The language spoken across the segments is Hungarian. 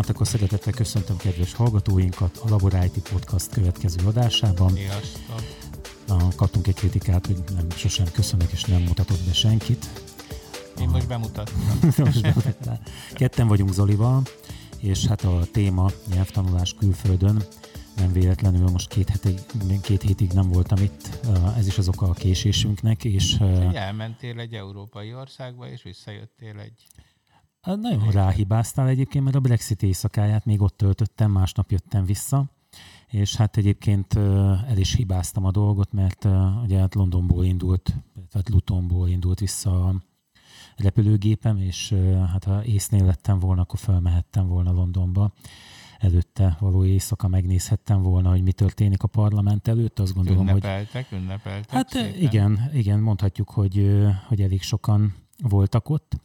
Hát akkor szeretettel köszöntöm kedves hallgatóinkat a Labor IT Podcast következő adásában. Sziasztok! Kaptunk egy kritikát, hogy sosem köszönök és nem mutatott be senkit. Én most bemutattam. Ketten vagyunk Zolival, és hát a téma nyelvtanulás külföldön. Nem véletlenül most két hétig nem voltam itt, ez is az oka a késésünknek. És elmentél egy európai országba, és visszajöttél egy... Nagyon ráhibáztál egyébként, mert a Brexit éjszakáját még ott töltöttem, másnap jöttem vissza, és hát egyébként el is hibáztam a dolgot, mert ugye hát Londonból indult, tehát Lutonból indult vissza a repülőgépem, és hát ha észnél lettem volna, akkor felmehettem volna Londonba. Előtte való éjszaka megnézhettem volna, hogy mi történik a parlament előtt. Azt gondolom, ünnepeltek. Hát szépen. igen, mondhatjuk, hogy elég sokan voltak ott.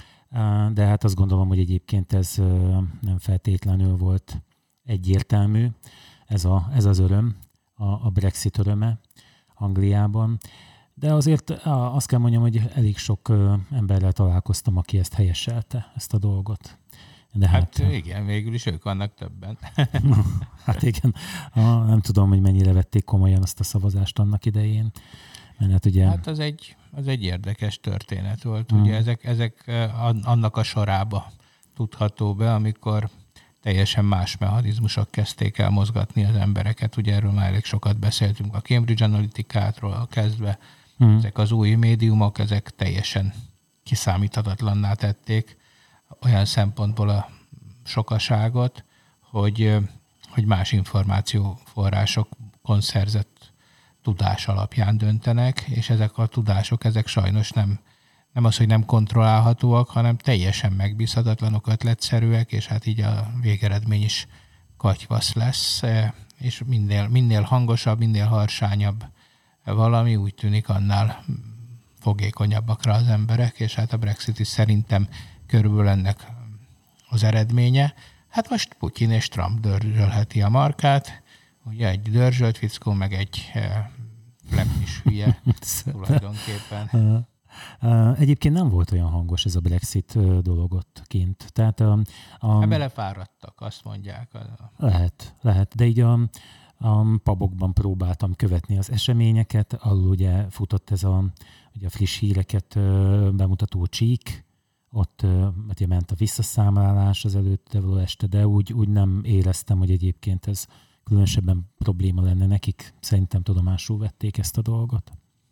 De hát azt gondolom, hogy egyébként ez nem feltétlenül volt egyértelmű. Ez az öröm, a Brexit öröme Angliában. De azért azt kell mondjam, hogy elég sok emberrel találkoztam, aki ezt helyeselte, ezt a dolgot. De hát igen, végül is ők vannak többen. Hát igen, nem tudom, hogy mennyire vették komolyan azt a szavazást annak idején. Mert ugye... Hát az egy érdekes történet volt. Ugye ezek annak a sorába tudható be, amikor teljesen más mechanizmusok kezdték el mozgatni az embereket. Ugye erről már elég sokat beszéltünk a Cambridge Analytica-tól kezdve. Ezek az új médiumok, ezek teljesen kiszámíthatatlanná tették olyan szempontból a sokaságot, hogy más információforrásokon szerzett tudás alapján döntenek, és ezek a tudások, ezek sajnos nem az, hogy nem kontrollálhatóak, hanem teljesen megbízhatatlanok, ötletszerűek, és hát így a végeredmény is katyvasz lesz, és minél hangosabb, minél harsányabb valami, úgy tűnik, annál fogékonyabbakra az emberek, és hát a Brexit is szerintem körülbelül ennek az eredménye. Hát most Putyin és Trump dörzsölheti a markát, ugye egy dörzsölt fickó, meg egy plepnis hülye tulajdonképpen. Egyébként nem volt olyan hangos ez a Brexit dolog ott kint. Tehát belefáradtak, azt mondják. Lehet, de így a pubokban próbáltam követni az eseményeket, alul ugye futott ez ugye a friss híreket bemutató csík, ott ugye ment a visszaszámlálás az előtte való este, de úgy nem éreztem, hogy egyébként ez különösebben probléma lenne nekik. Szerintem tudomásul vették ezt a dolgot.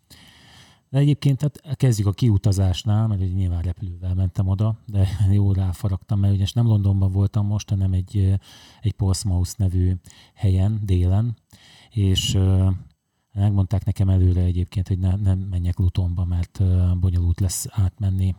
De egyébként hát kezdjük a kiutazásnál, mert ugye nyilván repülővel mentem oda, de jól ráfaragtam, mert ugye nem Londonban voltam most, hanem egy Portsmouth nevű helyen, délen, és megmondták nekem előre egyébként, hogy nem menjek Lutonba, mert bonyolult lesz átmenni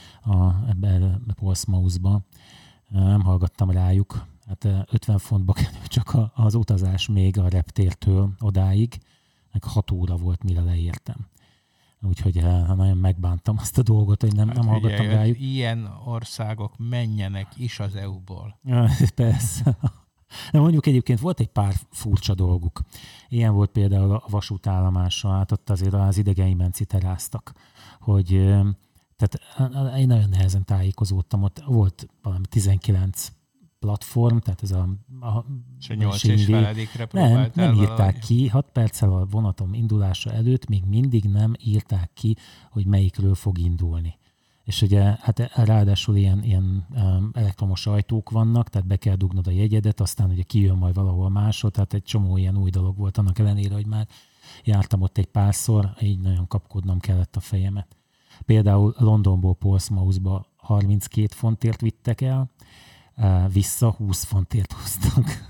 ebbe Portsmouthba. Nem hallgattam rájuk. Hát 50 fontba kerül csak az utazás még a reptértől odáig, meg 6 óra volt, mire leértem. Úgyhogy nagyon megbántam azt a dolgot, hogy nem hallgattam rájuk. Ilyen országok menjenek is az EU-ból. Persze. De mondjuk egyébként volt egy pár furcsa dolguk. Ilyen volt például a vasútállomással, hát ott azért az idegeimen citeráztak, hogy tehát én nagyon nehezen tájékozódtam, ott volt valami 19 platform, tehát ez a és a 8 és feledikre próbáltál nem írták ki, 6 perccel a vonatom indulása előtt még mindig nem írták ki, hogy melyikről fog indulni. És ugye hát ráadásul ilyen elektromos ajtók vannak, tehát be kell dugnod a jegyedet, aztán ugye kijön majd valahol máshol, tehát egy csomó ilyen új dolog volt annak ellenére, hogy már jártam ott egy párszor, így nagyon kapkodnom kellett a fejemet. Például Londonból Portsmouthba 32 fontért vittek el, vissza 20 fontért hoztak.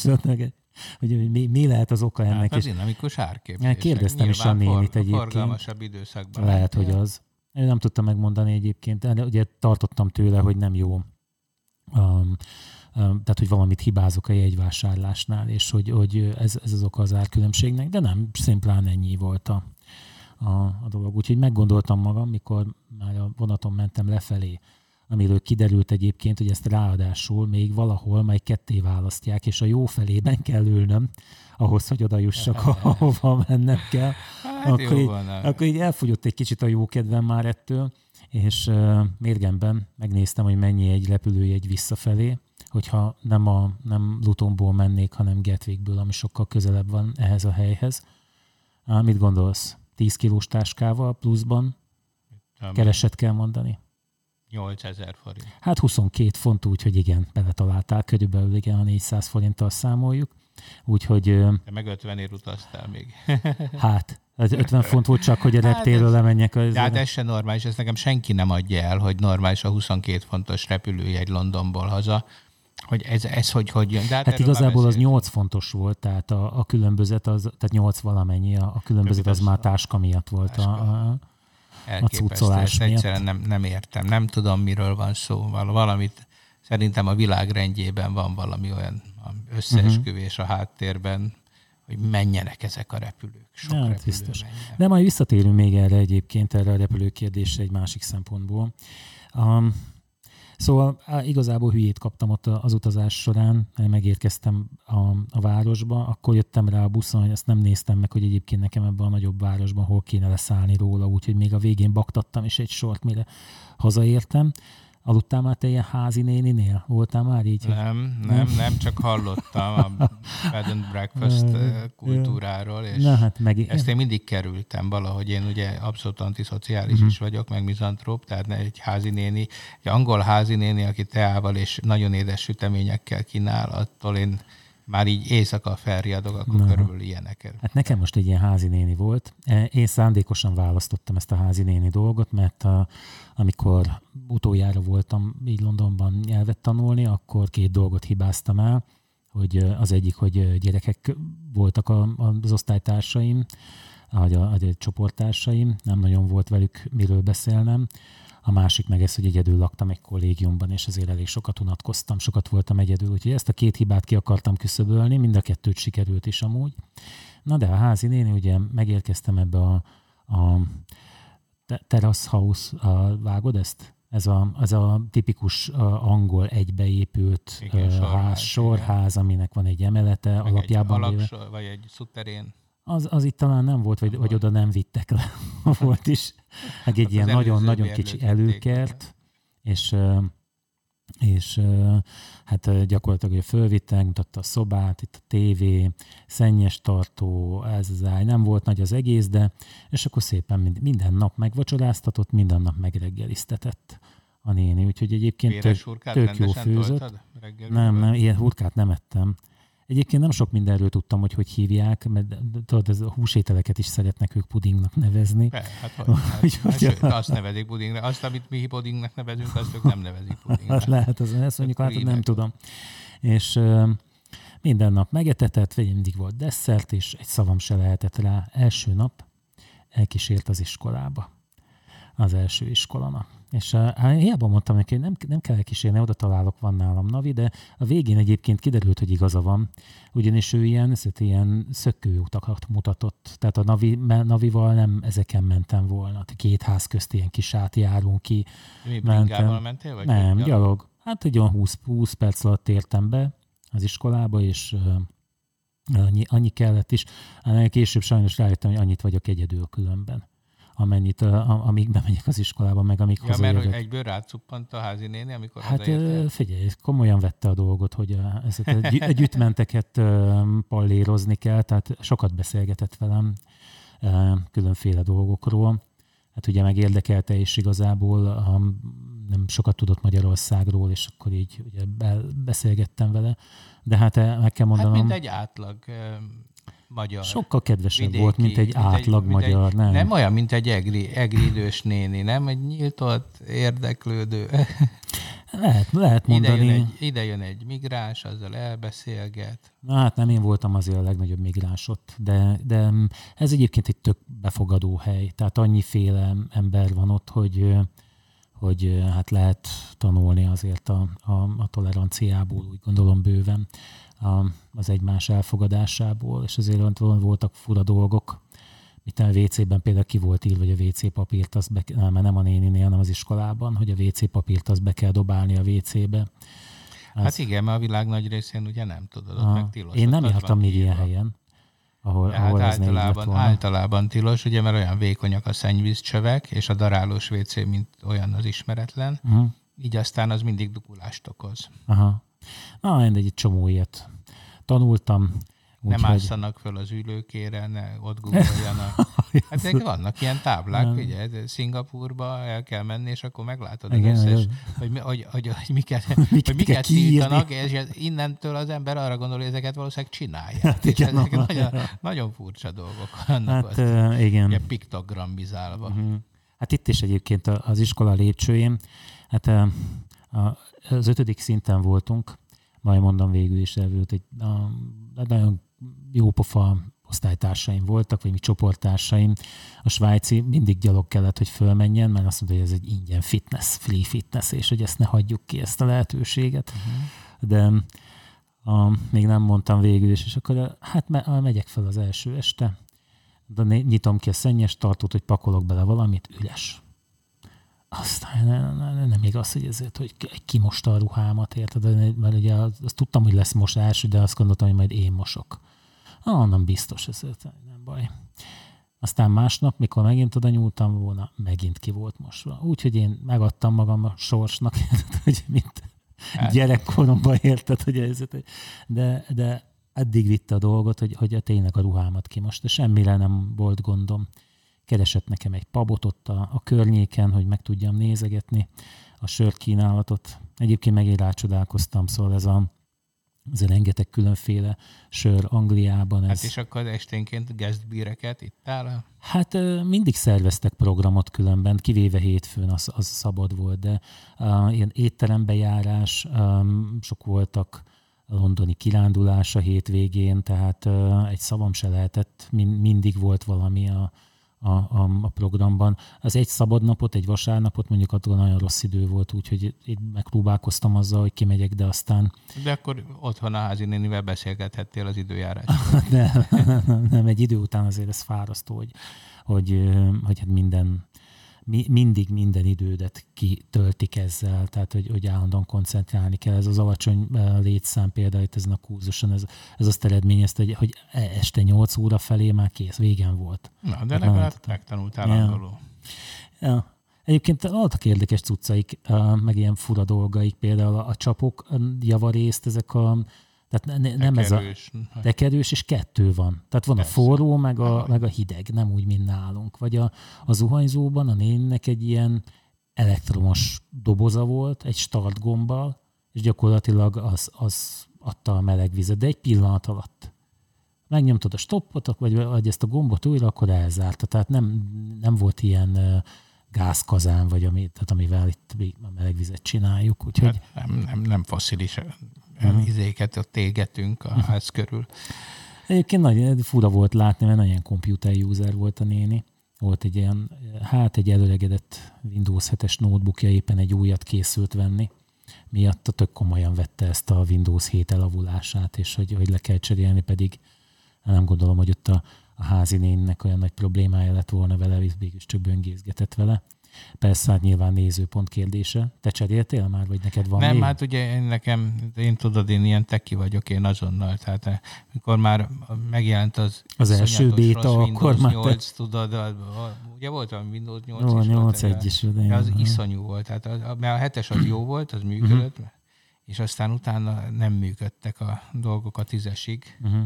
hogy mi lehet az oka ennek? Hát az dinamikus árképzések. Kérdeztem is a nénit egyébként. Forgalmasabb időszakban. Lehet, hogy az. Én nem tudtam megmondani egyébként. Ugye tartottam tőle, hogy nem jó. Tehát, hogy valamit hibázok a jegyvásárlásnál, és hogy ez az oka az árkülönbségnek, de nem, szimplán ennyi volt a dolog. Úgyhogy meggondoltam magam, mikor már a vonaton mentem lefelé, amiről kiderült egyébként, hogy ezt ráadásul még valahol majd ketté választják, és a jó felében kell ülnöm, ahhoz, hogy oda jussak, ahova mennem kell. Hát akkor így elfogyott egy kicsit a jókedvem már ettől, és mérgemben megnéztem, hogy mennyi egy repülőjegy visszafelé, hogyha nem Lutonból mennék, hanem Gatwickből, ami sokkal közelebb van ehhez a helyhez. Mit gondolsz? 10 kilós táskával pluszban? Keveset kell mondani? 8000 forint. Hát 22 font, úgyhogy igen, beletaláltál, körülbelül igen, a 400 forinttal számoljuk. Úgyhogy... De meg 50-ért utaztál még. Hát, 50 font volt csak, hogy a reptérről lemenjek. De hát ez se normális, ezt nekem senki nem adja el, hogy normális a 22 fontos repülőjegy Londonból haza. Hogy ez hogy jön. De hát igazából az 8 fontos volt, tehát a különbözet, tehát 8 valamennyi, a különbözet az már táska miatt volt a cuccolás miatt. Egyszerűen nem értem, nem tudom, miről van szó. Valamit szerintem a világ rendjében van valami olyan összeesküvés a háttérben, hogy menjenek ezek a repülők. Sok repülő biztos. menjen. De majd visszatérünk még erre egyébként, erre a repülőkérdésre egy másik szempontból. Szóval igazából hülyét kaptam ott az utazás során, megérkeztem a városba, akkor jöttem rá a buszon, hogy ezt nem néztem meg, hogy egyébként nekem ebben a nagyobb városban hol kéne leszállni róla, úgyhogy még a végén baktattam is egy sort, mire hazaértem. Aludtál már te ilyen házi néninél? Voltál már így? Nem, csak hallottam a bed and breakfast kultúráról, és ezt én mindig kerültem valahogy. Én ugye abszolút antiszociális is vagyok, meg mizantróp, tehát egy házi néni, egy angol házi néni, aki teával és nagyon édes süteményekkel kínál, attól én már így éjszaka felriadok, akkor körülbelül ilyeneket. Hát nekem most egy ilyen házi néni volt. Én szándékosan választottam ezt a házi néni dolgot, mert amikor utoljára voltam így Londonban nyelvet tanulni, akkor 2 dolgot hibáztam el, hogy az egyik, hogy gyerekek voltak az osztálytársaim, a csoporttársaim, nem nagyon volt velük miről beszélnem. A másik meg ez, hogy egyedül laktam egy kollégiumban, és ezért elég sokat unatkoztam, sokat voltam egyedül. Úgyhogy ezt a 2 hibát ki akartam küszöbölni, mind a 2 sikerült is amúgy. Na de a házi néni, ugye megérkeztem ebbe a terrace house, vágod ezt? Ez a tipikus angol egybeépült sorház, aminek van egy emelete, meg alapjában egy vagy egy szuterén. Az itt talán nem volt, vagy oda nem vittek le. Volt is. Meg egy ilyen nagyon-nagyon kicsi előkert, és hát gyakorlatilag fölvittek, mutatta a szobát, itt a tévé, szennyes tartó, ez az ágy, nem volt nagy az egész, de és akkor szépen minden nap megvacsoráztatott, minden nap megreggeliztetett a néni, úgyhogy egyébként tök jó főzött. Nem, ilyen hurkát nem ettem. Egyébként nem sok mindenről tudtam, hogy hívják, mert tudod, ez a húsételeket is szeretnek ők pudingnak nevezni. Sőt, azt nevezik pudingnak. Azt, amit mi pudingnak nevezünk, azt ők nem nevezik pudingnak. Hát lehet, ezt mondjuk hát nem tudom. És minden nap megetetett, vagy mindig volt desszert, és egy szavam se lehetett rá. Első nap elkísért az iskolába. Az első iskolanap. És hiába mondtam neki, hogy nem kell elkísérni, oda találok, van nálam Navi, de a végén egyébként kiderült, hogy igaza van. Ugyanis ő ilyen szökőutakat mutatott. Tehát a Navival nem ezeken mentem volna. 2 ház közt ilyen kis átjárón ki. Mi bringával mentél? Vagy nem, gyalog. Hát egy olyan 20 perc alatt értem be az iskolába, és annyi kellett is. Később sajnos rájöttem, hogy annyit vagyok egyedül különben. Amennyit, amíg bemegyek az iskolába, meg amíg hazajövök. Mert egyből rácuppant a házi néni, amikor hát figyelj, komolyan vette a dolgot, hogy egy ütmenteket pallérozni kell, tehát sokat beszélgetett velem különféle dolgokról. Hát ugye meg érdekelte is igazából, nem sokat tudott Magyarországról, és akkor így ugye beszélgettem vele. De hát meg kell mondanom... Hát mint egy átlag... magyar. Sokkal kedvesebb vidéki, volt, mint egy átlag magyar. Nem olyan, mint egy egri idős néni, nem? Egy nyíltott, érdeklődő. Lehet mondani. Ide jön egy migráns, azzal elbeszélget. Na hát nem én voltam azért a legnagyobb migráns ott, de ez egyébként egy tök befogadó hely. Tehát annyiféle ember van ott, hogy hát lehet tanulni azért a toleranciából, úgy gondolom bőven. Az egymás elfogadásából, és azért voltak fura dolgok. Itt a WC-ben például ki volt írva, hogy a WC papírt, nem a néninél, hanem az iskolában, hogy a WC papírt azt be kell dobálni a WC-be. Hát igen, mert a világ nagy részén ugye nem tudod, ott meg tilos. Én nem jártam még ilyen helyen, ahol ez általában tilos, ugye, mert olyan vékonyak a szennyvízcsövek, és a darálós WC, mint olyan az ismeretlen. Így aztán az mindig dugulást okoz. Aha. Egy csomó ilyet tanultam. Nem ásszanak föl az ülőkére, ne ott googoljanak. Hát vannak ilyen táblák, ugye, Szingapúrba el kell menni, és akkor meglátod az összes, hogy miket tiltanak, és innentől az ember arra gondol, hogy ezeket valószínűleg csinálják. Hát, és ezek nagyon furcsa dolgok vannak. Hát, igen. Ilyen piktogrambizálva. Hát itt is egyébként az iskola lépcsőjén, hát az 5. szinten voltunk, majd mondom végül is elvült, egy nagyon jópofa osztálytársaim voltak, vagy mi csoporttársaim. A svájci mindig gyalog kellett, hogy fölmenjen, mert azt mondta, hogy ez egy ingyen fitness, free fitness, és hogy ezt ne hagyjuk ki, ezt a lehetőséget. De még nem mondtam végül is, és akkor hát megyek fel az első este, de nyitom ki a szennyes tartót, hogy pakolok bele valamit, üres. Aztán nem igaz, hogy ezért, hogy kimosta a ruhámat, érted? Mert ugye azt tudtam, hogy lesz mosás, de azt gondoltam, hogy majd én mosok. Nem biztos, ezért nem baj. Aztán másnap, mikor megint oda nyúltam volna, megint ki volt mosva. Úgyhogy én megadtam magam a sorsnak, érted, hogy mint gyerekkoromban érted, hogy ezért. De eddig vitte a dolgot, hogy tényleg a ruhámat kimosta. Semmire nem volt gondom. Keresett nekem egy pubot ott a környéken, hogy meg tudjam nézegetni a sörkínálatot. Egyébként megint rácsodálkoztam, szóval ez a rengeteg különféle sör Angliában. Hát és akkor esténként guest-bíreket ittál? Hát mindig szerveztek programot különben, kivéve hétfőn, az szabad volt, de ilyen étterembejárás, sok voltak londoni kirándulás a hétvégén, tehát egy szavam se lehetett, mindig volt valami a programban. Az egy szabadnapot, egy vasárnapot mondjuk attól nagyon rossz idő volt, úgyhogy én megpróbálkoztam azzal, hogy kimegyek, de aztán... De akkor otthon a házi nénivel beszélgethettél az időjárásról. Nem, egy idő után azért ez fárasztó, hogy hát mindig minden idődet kitöltik ezzel, tehát hogy állandóan koncentrálni kell. Ez az alacsony létszám például itt ezen a kurzuson, ez azt eredményezte, hogy este 8 óra felé már kész, végen volt. Na, de legalább megtanultál angolul. Ja. Egyébként voltak érdekes cuccaik, meg ilyen fura dolgaik, például a csapok javarészt, ezek tehát nem ez a tekerős, és 2 van. Tehát van persze. A forró, meg a hideg, nem úgy, mint nálunk. Vagy a zuhanyzóban a néninek egy ilyen elektromos doboza volt, egy startgombbal, és gyakorlatilag az adta a meleg vizet, de egy pillanat alatt. Megnyomtad a stoppot, vagy ezt a gombot újra, akkor elzárta. Tehát nem volt ilyen gázkazán, vagy amivel itt a melegvizet csináljuk. Úgyhogy... Nem fosszilis izéket ott égetünk a ház körül. Egyébként nagyon fura volt látni, mert nagyon computer user volt a néni. Volt egy ilyen, egy előregedett Windows 7-es notebookja, éppen egy újat készült venni. Miatt tök komolyan vette ezt a Windows 7 elavulását, és hogy le kell cserélni, pedig nem gondolom, hogy ott a házi néninek olyan nagy problémája lett volna vele, végülis csak böngészgetett vele. Persze, hát nyilván nézőpont kérdése. Te cseréltél már, vagy neked van nem, még? Hát ugye én tudod, én ilyen teki vagyok, én azonnal. Tehát mikor már megjelent az első béta, akkor már 8, tudod, ugye volt a Windows 8 is. 8.1 is. Az iszonyú volt. Tehát mert a 7-es az jó volt, az működött, és aztán utána nem működtek a dolgok a 10-esig.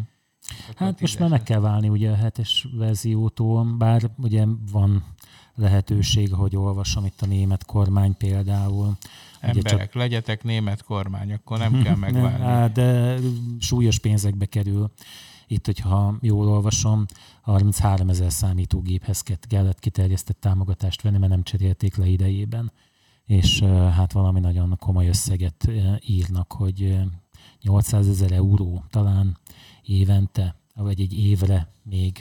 Hát most már meg kell válni ugye a 7-es verziótól, bár ugye van lehetőség, hogy olvasom itt a német kormány például. Emberek, legyetek német kormány, akkor nem kell megvárni. De súlyos pénzekbe kerül. Itt, hogyha jól olvasom, 33 000 számítógéphez kellett kiterjesztett támogatást venni, mert nem cserélték le idejében. És hát valami nagyon komoly összeget írnak, hogy 800 000 euró talán évente, vagy egy évre még,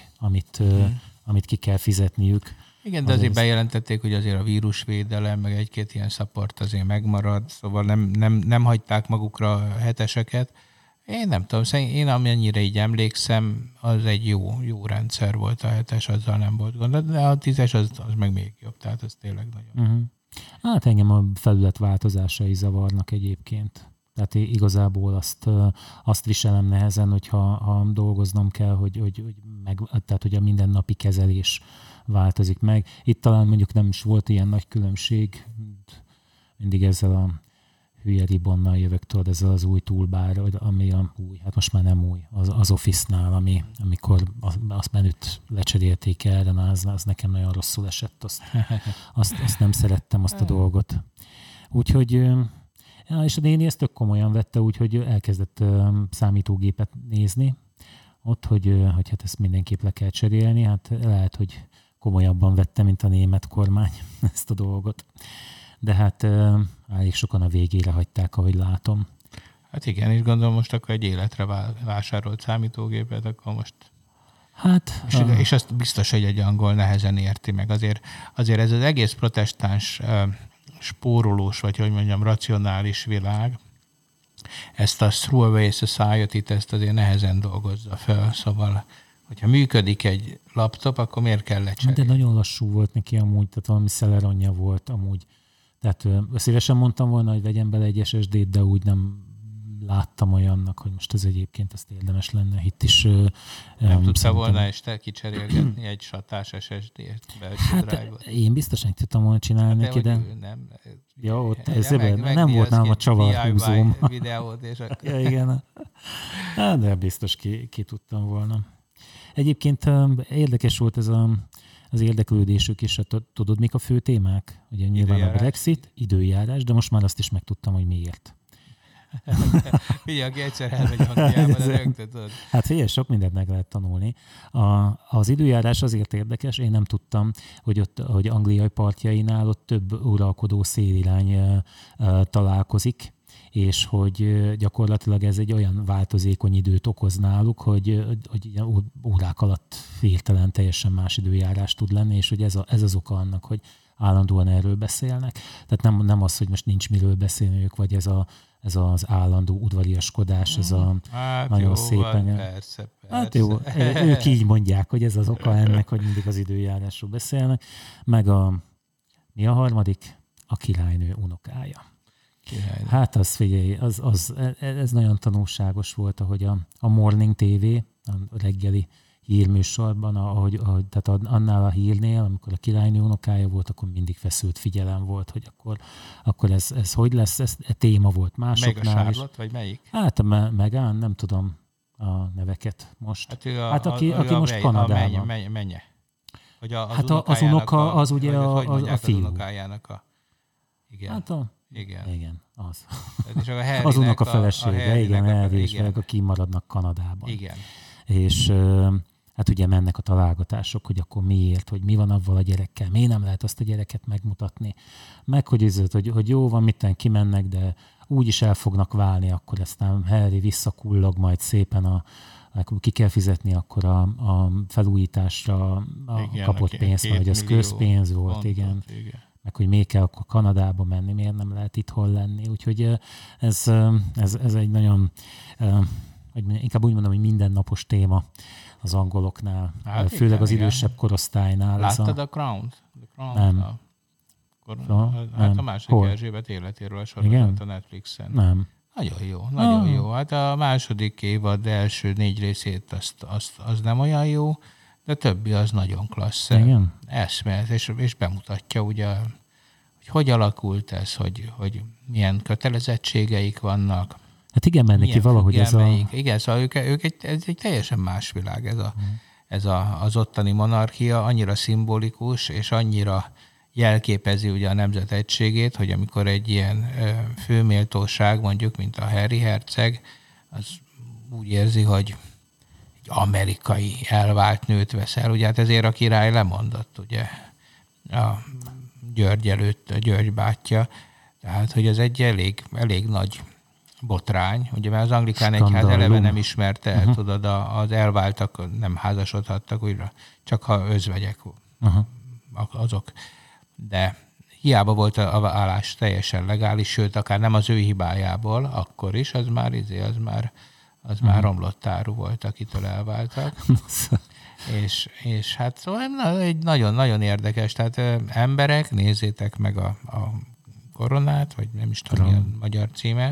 amit ki kell fizetniük. Igen, de azért bejelentették, hogy azért a vírusvédelem, meg egy-két ilyen support azért megmarad, szóval nem hagyták magukra a 7-eseket. Én nem tudom, én amennyire így emlékszem, az egy jó rendszer volt a 7-es, azzal nem volt gond, de a 10-es az meg még jobb, tehát az tényleg nagyon. Hát engem a felület változásai zavarnak egyébként. Tehát igazából azt viselem nehezen, hogyha dolgoznom kell, tehát hogy a mindennapi kezelés változik meg. Itt talán mondjuk nem is volt ilyen nagy különbség, mindig ezzel a hülye ribonnal jövök, tudod, ezzel az új toolbar, ami a új, hát most már nem új, az Office-nál, amikor azt menüt lecserélték erre, az nekem nagyon rosszul esett, azt nem szerettem, azt a dolgot. Úgyhogy, és a néni ezt tök komolyan vette, úgyhogy elkezdett számítógépet nézni ott, hogy hát ezt mindenképp le kell cserélni, hát lehet, hogy komolyabban vette, mint a német kormány ezt a dolgot. De hát elég sokan a végére hagyták, ahogy látom. Hát igen, és gondolom most akkor egy életre vásárolt számítógépet, akkor most... Hát... És azt biztos, hogy egy angol nehezen érti meg. Azért ez az egész protestáns spórolós, vagy hogy mondjam, racionális világ, ezt a throwaway society-t, ezt azért nehezen dolgozza fel. Szóval, hogyha működik egy laptop, akkor miért kell lecserélni? De nagyon lassú volt neki amúgy, tehát valami Celeronja volt amúgy. Tehát szívesen mondtam volna, hogy vegyen bele egy SSD-t, de úgy nem láttam olyannak, hogy most ez egyébként ezt érdemes lenne. Itt is... Nem tudta volna este kicserélgetni egy satás SSD-t? Hát én biztos nem tudtam volna csinálni neki, de... Nem. Ja, ott nem volt nálam a csavarhúzóm. Videót, és akkor... Ja, igen. Hát, de biztos ki tudtam volna. Egyébként érdekes volt ez az érdeklődésük is. Tudod, mik a fő témák? Ugye nyilván a Brexit, időjárás, de most már azt is megtudtam, hogy miért. Figyelj, aki egyszer elmegy Angliába, de rögtön tudod. Hát figyelj, sok mindent meg lehet tanulni. Az időjárás azért érdekes, én nem tudtam, hogy Angliai partjainál ott több uralkodó szélirány találkozik, és hogy gyakorlatilag ez egy olyan változékony időt okoz náluk, hogy órák alatt hirtelen teljesen más időjárás tud lenni, és hogy ez az oka annak, hogy állandóan erről beszélnek. Tehát nem az, hogy most nincs miről beszélniük, vagy ez az állandó udvariaskodás, ez a hát nagyon jó, szépen... Persze. Hát jó, ők így mondják, hogy ez az oka ennek, hogy mindig az időjárásról beszélnek. Meg mi a harmadik? A királynő unokája. Hát az figyelj, ez nagyon tanulságos volt, ahogy a Morning TV, a reggeli hírműsorban, tehát annál a hírnél, amikor a királynő unokája volt, akkor mindig feszült figyelem volt, hogy akkor ez hogy lesz, ez téma volt másoknál. Meg a Charlotte, vagy melyik? Hát a Meghan, nem tudom a neveket most. Hát aki most Kanadában. Menye. Hogy hát az unoka, az ugye a fiú. Az unokájának igen. Hát igen, az. És az unoka felesége, igen, Harry és meg, aki maradnak Kanadában. Igen. És hát ugye mennek a találgatások, hogy akkor miért, hogy mi van avval a gyerekkel, miért nem lehet azt a gyereket megmutatni. Meg hogy jó van, mitten kimennek, de úgy is el fognak válni, akkor aztán Harry visszakullog majd szépen, ki kell fizetni akkor a felújításra kapott pénzt, vagy az közpénz volt, pontot, igen. Meg hogy miért kell akkor Kanadába menni, miért nem lehet itthon lenni. Úgyhogy ez egy nagyon, inkább úgy mondom, hogy mindennapos téma az angoloknál, hát főleg igen, az idősebb korosztálynál. Láttad a Crown-t? Nem. Hát a második Erzsébet életéről a sorozat a Netflixen. Nem. Nagyon jó, nagyon jó. Hát a második évad első 4 részét az nem olyan jó, de többi az nagyon klassz. Igen. Eszmélet, és bemutatja ugye, hogy alakult ez, hogy milyen kötelezettségeik vannak. Hát igen, mert neki valahogy ez Igen, szóval ez egy teljesen más világ ez az ottani monarchia, annyira szimbolikus, és annyira jelképezi ugye a nemzet egységét, hogy amikor egy ilyen főméltóság, mondjuk, mint a Harry herceg, az úgy érzi, hogy egy amerikai elvált nőt vesz el. Ugye hát ezért a király lemondott, ugye, a György előtt, a György bátyja. Tehát, hogy ez egy elég nagy botrány, ugye, mert az anglikán egyház eleve nem ismerte el, tudod, az elváltak nem házasodhattak újra, csak ha özvegyek azok. De hiába volt a vállás teljesen legális, sőt, akár nem az ő hibájából, akkor is, az már romlott áru volt, akitől elváltak. és hát szóval egy nagyon-nagyon érdekes, tehát emberek, nézzétek meg a Koronát, vagy nem is tudom, milyen magyar címe,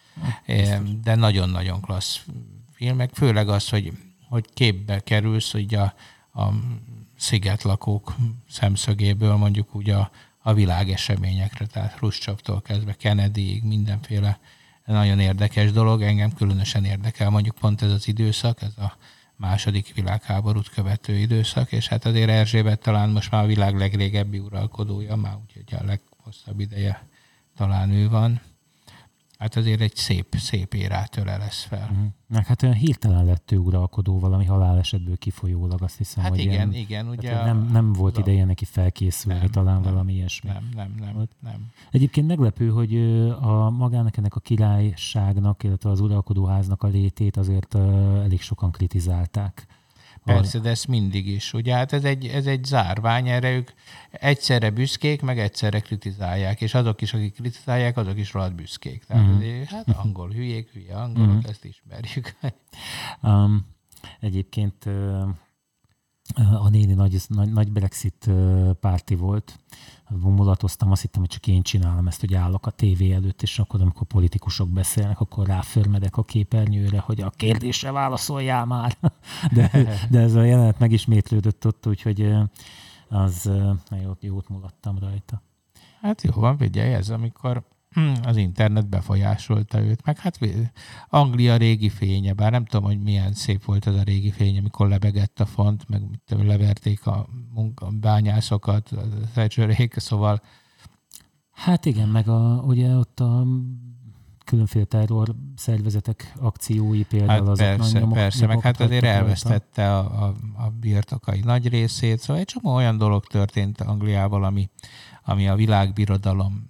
de nagyon-nagyon klassz filmek, főleg az, hogy képbe kerülsz, hogy a szigetlakók szemszögéből mondjuk úgy a a világeseményekre, tehát Hruscsovtól kezdve Kennedyig mindenféle nagyon érdekes dolog. Engem különösen érdekel mondjuk pont ez az időszak, ez a második világháborút követő időszak, és hát azért Erzsébet talán most már a világ legrégebbi uralkodója, már úgyhogy a leghosszabb ideje talán ő van. Hát azért egy szép érát ölelesz fel. Hát olyan hirtelen lett ő uralkodó valami halálesetből kifolyólag, azt hiszem, hát hogy igen, ugye nem volt ideje neki felkészülni, talán valami ilyesmi. Nem. Egyébként meglepő, hogy a magának ennek a királyságnak, illetve az uralkodóháznak a létét azért elég sokan kritizálták. Persze, de ez mindig is. Ugye hát ez egy zárvány, erre ők egyszerre büszkék, meg egyszerre kritizálják, és azok is, akik kritizálják, azok is rohadt büszkék. Tehát hát angol hülyék, hülye angolok, ezt ismerjük. Egyébként a néni nagy Brexit párti volt. Mulatoztam, azt hittem, hogy csak én csinálom ezt, hogy állok a tévé előtt, és akkor, amikor politikusok beszélnek, akkor ráförmedek a képernyőre, hogy a kérdésre válaszoljál már. De ez a jelenet megismétlődött ott, úgyhogy az jót mulattam rajta. Hát jó van, figyelj, ez amikor az internet befolyásolta őt, meg hát Anglia régi fénye, bár nem tudom, hogy milyen szép volt ez a régi fény, amikor lebegett a font, meg leverték a bányászokat, a Thatcherék, szóval... Hát igen, meg ugye ott a különféle terror szervezetek akciói például hát azok persze, meg hát azért elvesztette a birtokai nagy részét, szóval egy csomó olyan dolog történt Angliával, ami a világbirodalom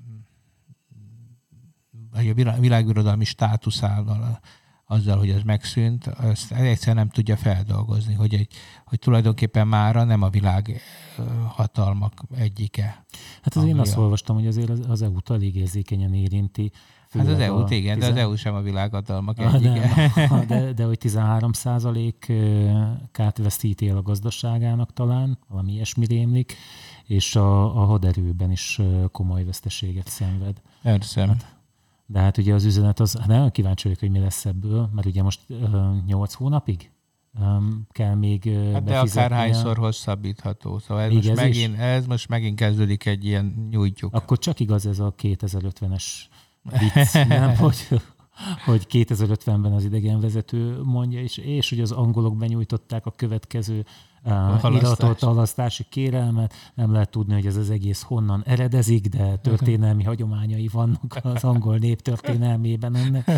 vagy a világbirodalmi státuszával, azzal, hogy ez megszűnt, azt egyszerűen nem tudja feldolgozni, hogy tulajdonképpen mára nem a világ hatalmak egyike. Hát azért én azt olvastam, hogy azért az EU-t elég érzékenyen érinti. Hát az EU-t igen, de az EU sem a világhatalmak egyike. De hogy 13%-át veszíti el a gazdaságának talán, valami ilyesmi rémlik, és a haderőben is komoly veszteséget szenved. Persze. De hát ugye az üzenet az, nagyon kíváncsi vagyok, hogy mi lesz ebből, mert ugye most 8 hónapig kell még hát de akárhányszor hosszabbítható. Szóval ez most megint kezdődik egy ilyen nyújtjuk. Akkor csak igaz ez a 2050-es vicc, nem? Hogy 2050-ben az idegenvezető mondja, és hogy az angolok benyújtották a következő iratot, halasztási kérelmet. Nem lehet tudni, hogy ez az egész honnan eredezik, de történelmi hagyományai vannak az angol nép történelmében ennek.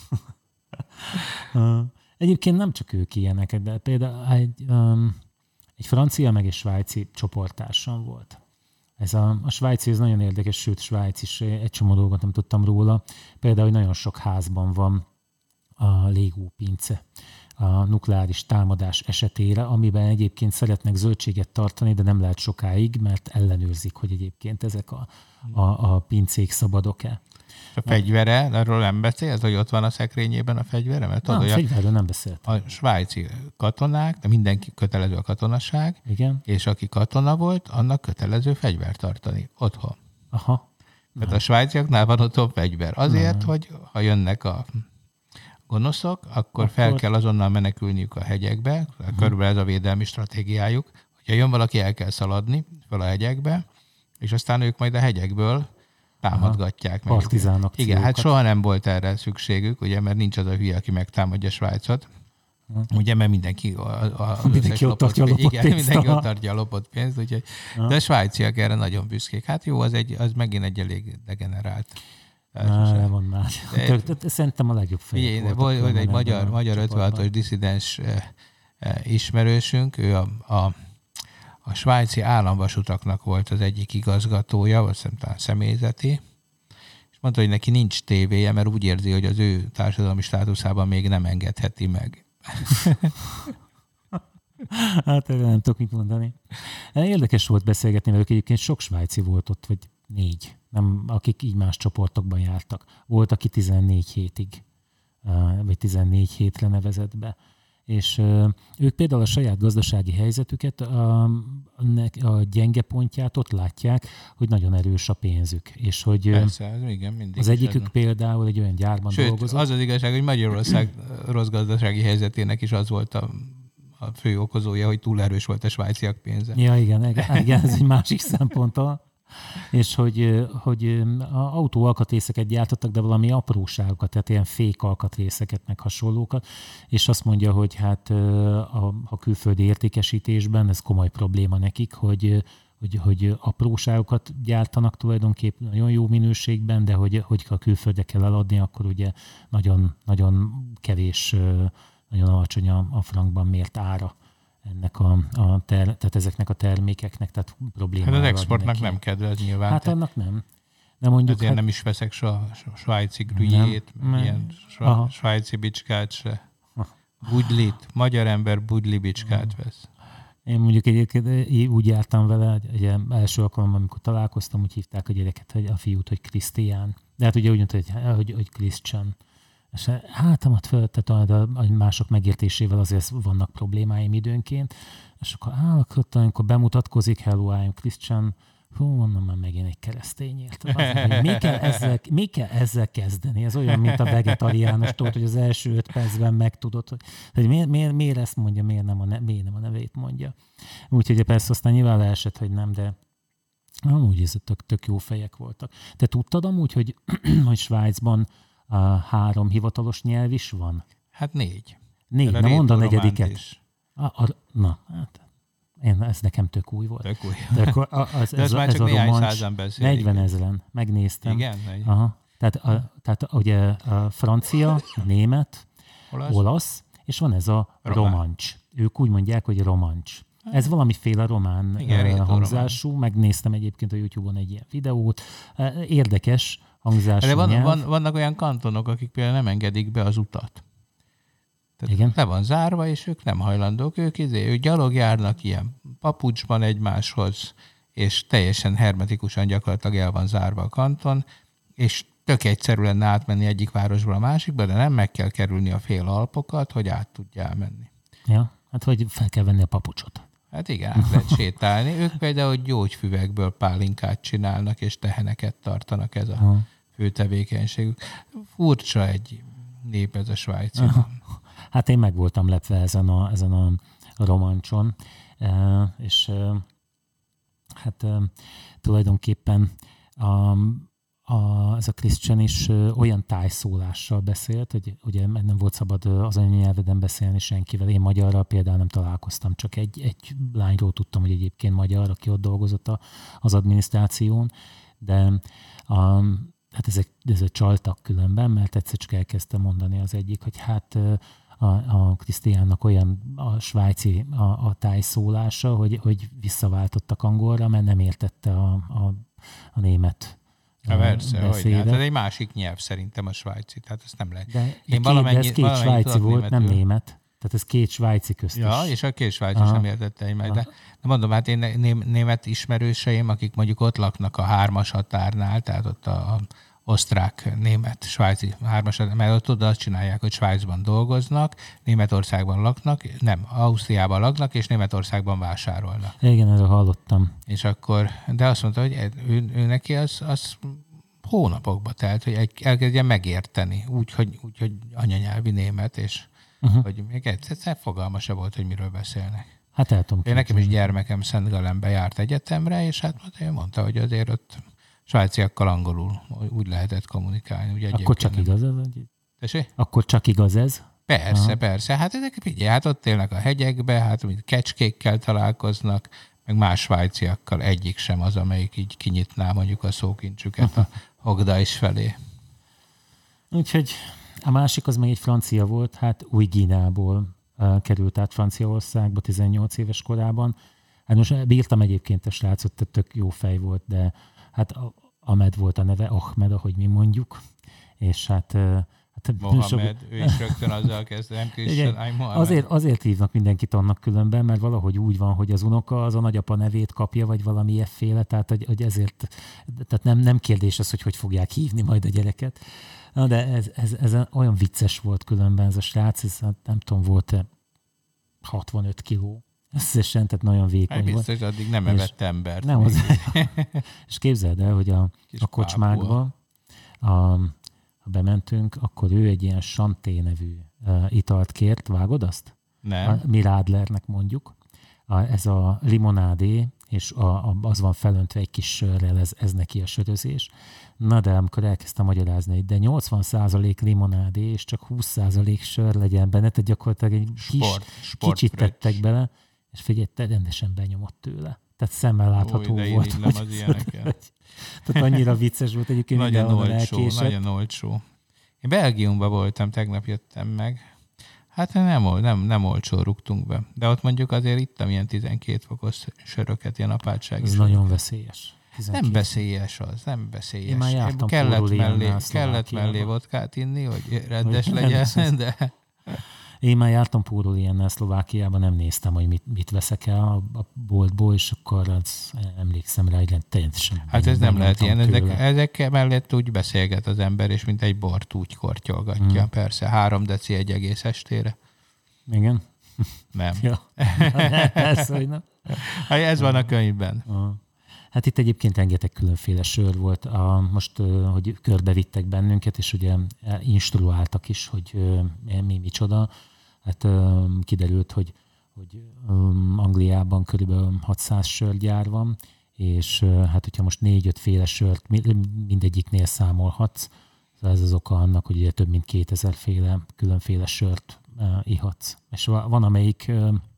Egyébként nem csak ők ilyenek, de például egy francia meg egy svájci csoporttársam volt. Ez a svájci, ez nagyon érdekes, sőt, Svájc is, egy csomó dolgot nem tudtam róla. Például, hogy nagyon sok házban van a légópince a nukleáris támadás esetére, amiben egyébként szeretnek zöldséget tartani, de nem lehet sokáig, mert ellenőrzik, hogy egyébként ezek a pincék szabadok-e. A fegyvere, arról nem beszélsz, hogy ott van a szekrényében a fegyvere? Mert a fegyverről nem beszélt. A svájci katonák, de mindenki kötelező a katonasság, igen. És aki katona volt, annak kötelező fegyvert tartani otthon. Aha. Tehát a svájciaknál van otthon fegyver. Azért, hogy ha jönnek a gonoszok, akkor fel kell azonnal menekülniük a hegyekbe, körülbelül ez a védelmi stratégiájuk. Hogyha jön valaki, el kell szaladni fel a hegyekbe, és aztán ők majd a hegyekből támadgatják meg. Partizánok. Igen, hát soha nem volt erre szükségük, ugye, mert nincs az a hülye, aki megtámadja Svájcot. Ugye, mert mindenki ott tartja a lopott pénzt. Mindenki ott tartja a lopott pénzt, úgyhogy, de a svájciak erre nagyon büszkék. Hát jó, az megint egy elég degenerált. Van már. Szerintem a legjobb fejek volt egy magyar 56-os disszidens ismerősünk, ő a svájci államvasutaknak volt az egyik igazgatója, vagy talán személyzeti, és mondta, hogy neki nincs tévéje, mert úgy érzi, hogy az ő társadalmi státuszában még nem engedheti meg. Hát nem tudok mit mondani. Érdekes volt beszélgetni velük, egyébként sok svájci volt ott, vagy 4, nem, akik így más csoportokban jártak. Volt, aki 14 hétig, vagy 14 hétre nevezett be. És ők például a saját gazdasági helyzetüket, a gyenge pontját ott látják, hogy nagyon erős a pénzük. És hogy persze, igen, mindig az egyikük például egy olyan gyárban dolgozott. Az igazság, hogy Magyarország rossz gazdasági helyzetének is az volt a fő okozója, hogy túl erős volt a svájciak pénze. Ja, igen, ez egy másik szempont. És hogy autóalkatrészeket gyártottak, de valami apróságokat, tehát ilyen fék alkatrészeket, meg hasonlókat, és azt mondja, hogy hát a külföldi értékesítésben ez komoly probléma nekik, hogy apróságokat gyártanak tulajdonképpen nagyon jó minőségben, de hogy a külföldre kell eladni, akkor ugye nagyon, nagyon kevés, nagyon alacsony a frankban mért ára ennek tehát ezeknek a termékeknek, tehát problémára. Hát az exportnak nem kedvez nyilván. Hát annak nem. De mondjuk, ezért nem is veszek svájci grülyét, ilyen svájci bicskát se. Bugylit, magyar ember bugyli bicskát vesz. Én mondjuk egyébként úgy jártam vele, ugye első alkalommal, amikor találkoztam, úgy hívták a gyereket, a fiút, hogy Krisztián. De hát ugye úgy mondta, hogy Christian. És hátamat föl, tehát a mások megértésével azért vannak problémáim időnként. És akkor amikor bemutatkozik, hello, I'm Christian, mondom, már megint egy keresztény érte. Mi kell ezzel kezdeni? Ez olyan, mint a vegetariánus, hogy az első 5 percben megtudod, hogy miért ezt mondja, miért nem a nevét mondja. Úgyhogy persze aztán nyilván leesett, hogy nem, de amúgy ez tök jó fejek voltak. Te tudtad amúgy, hogy Svájcban 3 hivatalos nyelv is van? Hát 4. Na mondd a negyediket. Hát ez nekem tök új volt. Tök új. De akkor ez már csak néhány százan beszélik. 40 000, megnéztem. Igen? Aha. Tehát ugye a francia, a német, olasz, és van ez a romancs. Ők úgy mondják, hogy romancs. Ez valamiféle román hangzású. Román. Megnéztem egyébként a YouTube-on egy ilyen videót. Érdekes hangzású nyelv. Vannak olyan kantonok, akik például nem engedik be az utat. Tehát igen? Le van zárva, és ők nem hajlandók. Ők gyalog járnak ilyen papucsban egymáshoz, és teljesen hermetikusan gyakorlatilag el van zárva a kanton, és tök egyszerű lenne átmenni egyik városból a másikba, de nem, meg kell kerülni a fél Alpokat, hogy át tudjál menni. Ja, hát hogy fel kell venni a papucsot. Hát igen, át lehet sétálni. Ők például gyógyfüvekből pálinkát csinálnak, és teheneket tartanak, ez a fő tevékenységük. Furcsa egy nép ez a svájci. Hát én meg voltam lepve ezen a romancson, és hát tulajdonképpen ez a Christian is olyan tájszólással beszélt, hogy ugye nem volt szabad az anyanyelveden beszélni senkivel. Én magyarral például nem találkoztam, csak egy lányról tudtam, hogy egyébként magyar, aki ott dolgozott az adminisztráción, de hát ezek csaltak különben, mert egyszer csak elkezdte mondani az egyik, hogy hát a Krisztiánnak olyan a svájci a tájszólása, hogy visszaváltottak angolra, mert nem értette a német persze, hogy hát ez egy másik nyelv szerintem a svájci, tehát ezt nem lehet. De ez két svájci volt, nem német. Tehát ez két svájci köztes. Ja, és a két svájci sem értette egymást. De mondom, hát én német ismerőseim, akik mondjuk ott laknak a 3-as határnál, tehát ott a osztrák-német, svájci 3-as, mert ott oda azt csinálják, hogy Svájcban dolgoznak, Németországban laknak, nem, Ausztriában laknak, és Németországban vásárolnak. Igen, erről hallottam. És akkor, de azt mondta, hogy ő neki az hónapokba telt, hogy elkezdjen megérteni, úgy, hogy anyanyelvi német, és hogy még egyszer fogalma se volt, hogy miről beszélnek. Hát el tudom. Nekem is gyermekem Szentgalembe járt egyetemre, és hát ő mondta, hogy azért ott svájciakkal angolul úgy lehetett kommunikálni. Ugye akkor csak igaz ez? Tessék? Akkor csak igaz ez? Persze. Hát ezek figyelj, hát ott élnek a hegyekbe, hát mint kecskékkel találkoznak, meg más svájciakkal egyik sem az, amelyik így kinyitná mondjuk a szókincsüket a Hogdajs felé. Úgyhogy a másik az meg egy francia volt, hát Új-Guineából került át Franciaországba 18 éves korában. Hát most bírtam egyébként a srácot, tehát tök jó fej volt, de hát Ahmed volt a neve, Ahmed, ahogy mi mondjuk, és hát Mohamed, ő is rögtön azzal kezd, nem Christian, azért hívnak mindenkit annak különben, mert valahogy úgy van, hogy az unoka az a nagyapa nevét kapja, vagy valami ilyesféle, tehát hogy ezért, tehát nem kérdés az, hogy fogják hívni majd a gyereket. Na, de ez olyan vicces volt különben ez a srác, ez nem tudom, volt 65 kiló. Összesen, tehát nagyon vékony volt. Biztos, addig nem evett embert. Nem az. És képzeld el, hogy a kocsmákba, ha bementünk, akkor ő egy ilyen Chanté nevű italt kért. Vágod azt? Nem. Mi Radlernek mondjuk. Ez a limonádé, és az van felöntve egy kis sörrel, ez neki a sörözés. Na de amikor elkezdtem magyarázni, de 80% limonádé, és csak 20% sör legyen benne, tehát gyakorlatilag egy kicsit tettek bele, és figyelj, te rendesen benyomott tőle. Tehát szemmel látható volt. Az ilyeneket. Tehát annyira vicces volt egyébként. Nagyon olcsó. Én Belgiumban voltam, tegnap jöttem meg. Hát nem olcsó rúgtunk be. De ott mondjuk azért ittam ilyen 12 fokos söröket, ilyen apátsági. Ez nagyon veszélyes. Nem veszélyes az, nem veszélyes. Én már jártam kellett mellé vodkát inni, hogy rendes legyen, de... Én már jártam Póroliennel Szlovákiában, nem néztem, hogy mit veszek el a boltból, és akkor emlékszem rá, hogy teljesen... Hát ez nem lehet ilyen, ezek mellett úgy beszélget az ember, és mint egy bort úgy kortyolgatja. Persze, 3 deci egy egész estére. Igen? Nem. Ja. Persze, hogy nem. Hát ez van a könyvben. Hát itt egyébként rengeteg különféle sör volt. Most, hogy körbevittek bennünket, és ugye instruáltak is, hogy mi micsoda. Hát kiderült, hogy Angliában körülbelül 600 sörgyár van, és hát hogyha most 4-5 féle sört mindegyiknél számolhatsz, ez az oka annak, hogy ugye több mint 2000 különféle sört ihatsz. És van amelyik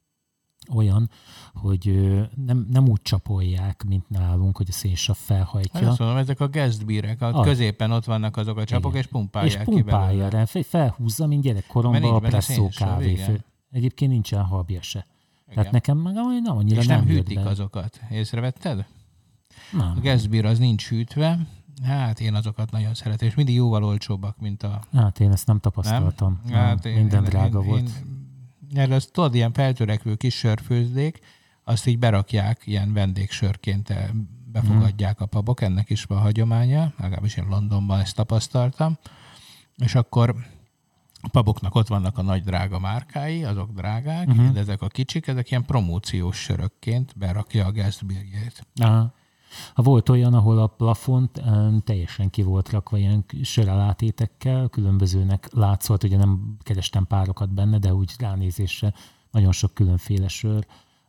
olyan, hogy nem úgy csapolják, mint nálunk, hogy a szénsav felhajtja. Azt mondom, ezek a guestbírek, középen ott vannak azok a csapok, igen. És pumpálják ki belőle. És pumpálja, felhúzza, mint gyerekkoromban a presszó kávéfő. Egyébként nincsen habja se. Igen. Tehát nekem meg nem annyira és nem hűtik azokat. Észrevetted? Nem. A guestbír az nincs hűtve. Hát én azokat nagyon szeretem, és mindig jóval olcsóbbak, mint a... Hát én ezt nem tapasztaltam. Nem? Hát minden drága volt. Erre azt tudod, ilyen feltörekvő kis sörfőzdék, azt így berakják, ilyen vendégsörként befogadják a pubok, ennek is van hagyománya, legalábbis én Londonban ezt tapasztaltam, és akkor a puboknak ott vannak a nagy drága márkái, azok drágák, de ezek a kicsik, ezek ilyen promóciós sörökként berakja a guestbírjét. Aha. Volt olyan, ahol a plafont teljesen ki volt rakva ilyen sörelátétekkel, különbözőnek látszott, ugye nem kerestem párokat benne, de úgy ránézésre nagyon sok különféle sör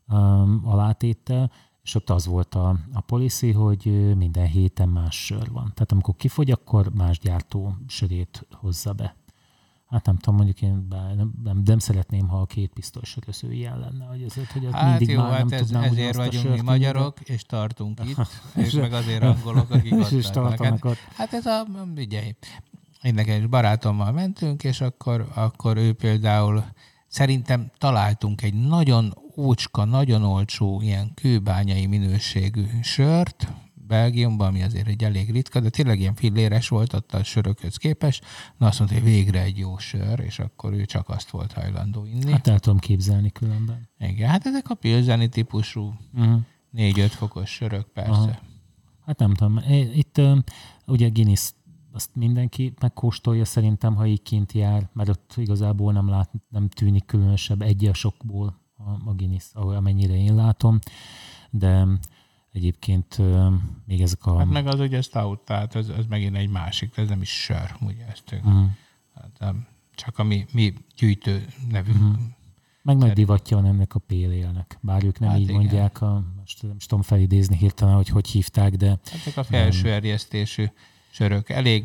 alátéttel, és ott az volt a policy, hogy minden héten más sör van. Tehát amikor kifogy, akkor más gyártó sörét hozza be. Hát nem tudom, mondjuk én nem szeretném, ha a 2 pisztoly söröző ilyen lenne, hogy ezért, hogy hát mindig jó, már hát nem tudnám ezért vagyunk mi magyarok, és tartunk itt, és meg azért angolok, akik ott vannak. Hát ez ugye, én nekem is barátommal mentünk, és akkor ő például szerintem találtunk egy nagyon ócska, nagyon olcsó ilyen kőbányai minőségű sört, Belgiumban, ami azért egy elég ritka, de tényleg ilyen filléres volt ott a sörökhöz képest. Na azt mondta, hogy végre egy jó sör, és akkor ő csak azt volt hajlandó inni. Hát el tudom képzelni különben. Igen, hát ezek a pilzeni típusú 4-5 fokos sörök, persze. Aha. Hát nem tudom. Itt ugye Guinness azt mindenki megkóstolja szerintem, ha így kint jár, mert ott igazából nem tűnik különösebb egy sokból a Guinness, amennyire én látom, de egyébként még ezek a... Hát meg az ugye stout, tehát ez megint egy másik, ez nem is sör, ugye ezt hát, csak a mi gyűjtő nevünk. Meg nagy divatja van ennek a pale ale-nek, bár ők nem hát így igen. Mondják, most nem tudom felidézni hirtelen, hogy hívták, de... Ezek a felső erjesztésű sörök, elég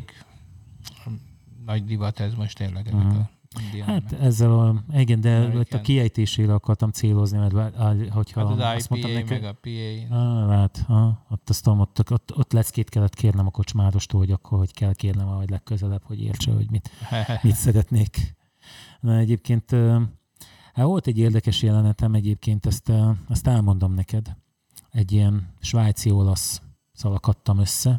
nagy divat ez most tényleg. Hát ezzel igen, de a kiejtésére akartam célozni, mert hogyha hát az azt mondtam IPA, neked, meg a PA. Hát, ott leckét kellett kérnem a kocsmárostól, hogy akkor hogy kell kérnem majd legközelebb, hogy értse, hogy mit szeretnék. Na egyébként volt egy érdekes jelenetem, egyébként ezt elmondom neked. Egy ilyen svájci-olasz szalakadtam össze,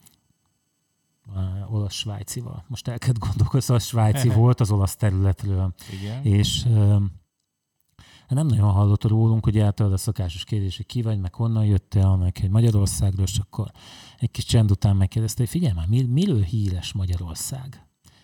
olasz-svájcival. Most el kell gondolkozni, a svájci volt az olasz területről. Igen. És nem nagyon hallott rólunk, hogy általában a szokásos kérdés, hogy ki vagy, meg honnan jöttél, annak egy Magyarországról, és akkor egy kis csend után megkérdezte, hogy figyelj már, miről híres Magyarország?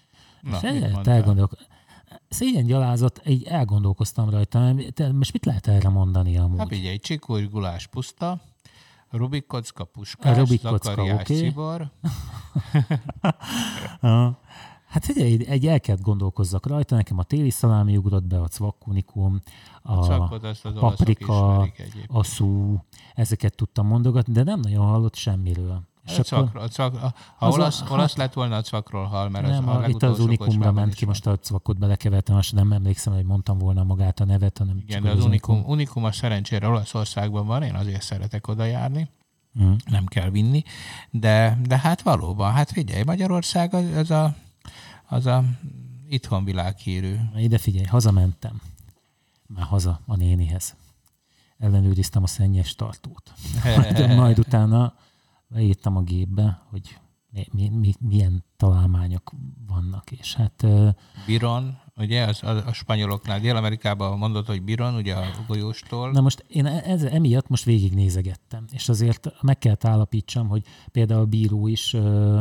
Szégyen gyalázat, így elgondolkoztam rajta, most mit lehet erre mondani amúgy? Hát figyelj, csikós gulás puszta, Rubik kocka puskás, Zakariás Cibor. Hát egy el kellett gondolkozzak rajta, nekem a téli szalámi ugrott be, a cvakkunikum, a paprika, a szú, ezeket tudtam mondogatni, de nem nagyon hallott semmiről. Ha olasz lett volna, a cvakról hal, mert nem, az a itt az unikumra ment ki, most a cvakot belekevertem, most nem emlékszem, hogy mondtam volna magát a nevet, hanem igen, de az unikum a szerencsére Olaszországban van, én azért szeretek oda járni. Nem kell vinni, de hát valóban, hát figyelj, Magyarország az a itthon világhírű. Ide figyelj, hazamentem. Már haza a nénihez. Ellenőriztem a szennyes tartót. Majd utána beírtam a gépbe, hogy milyen találmányok vannak, és hát... Biron, ugye, a spanyoloknál, Dél-Amerikában mondott, hogy Biron, ugye a golyóstól. Na most én emiatt most végignézegettem, és azért meg kellett állapítsam, hogy például a bíró is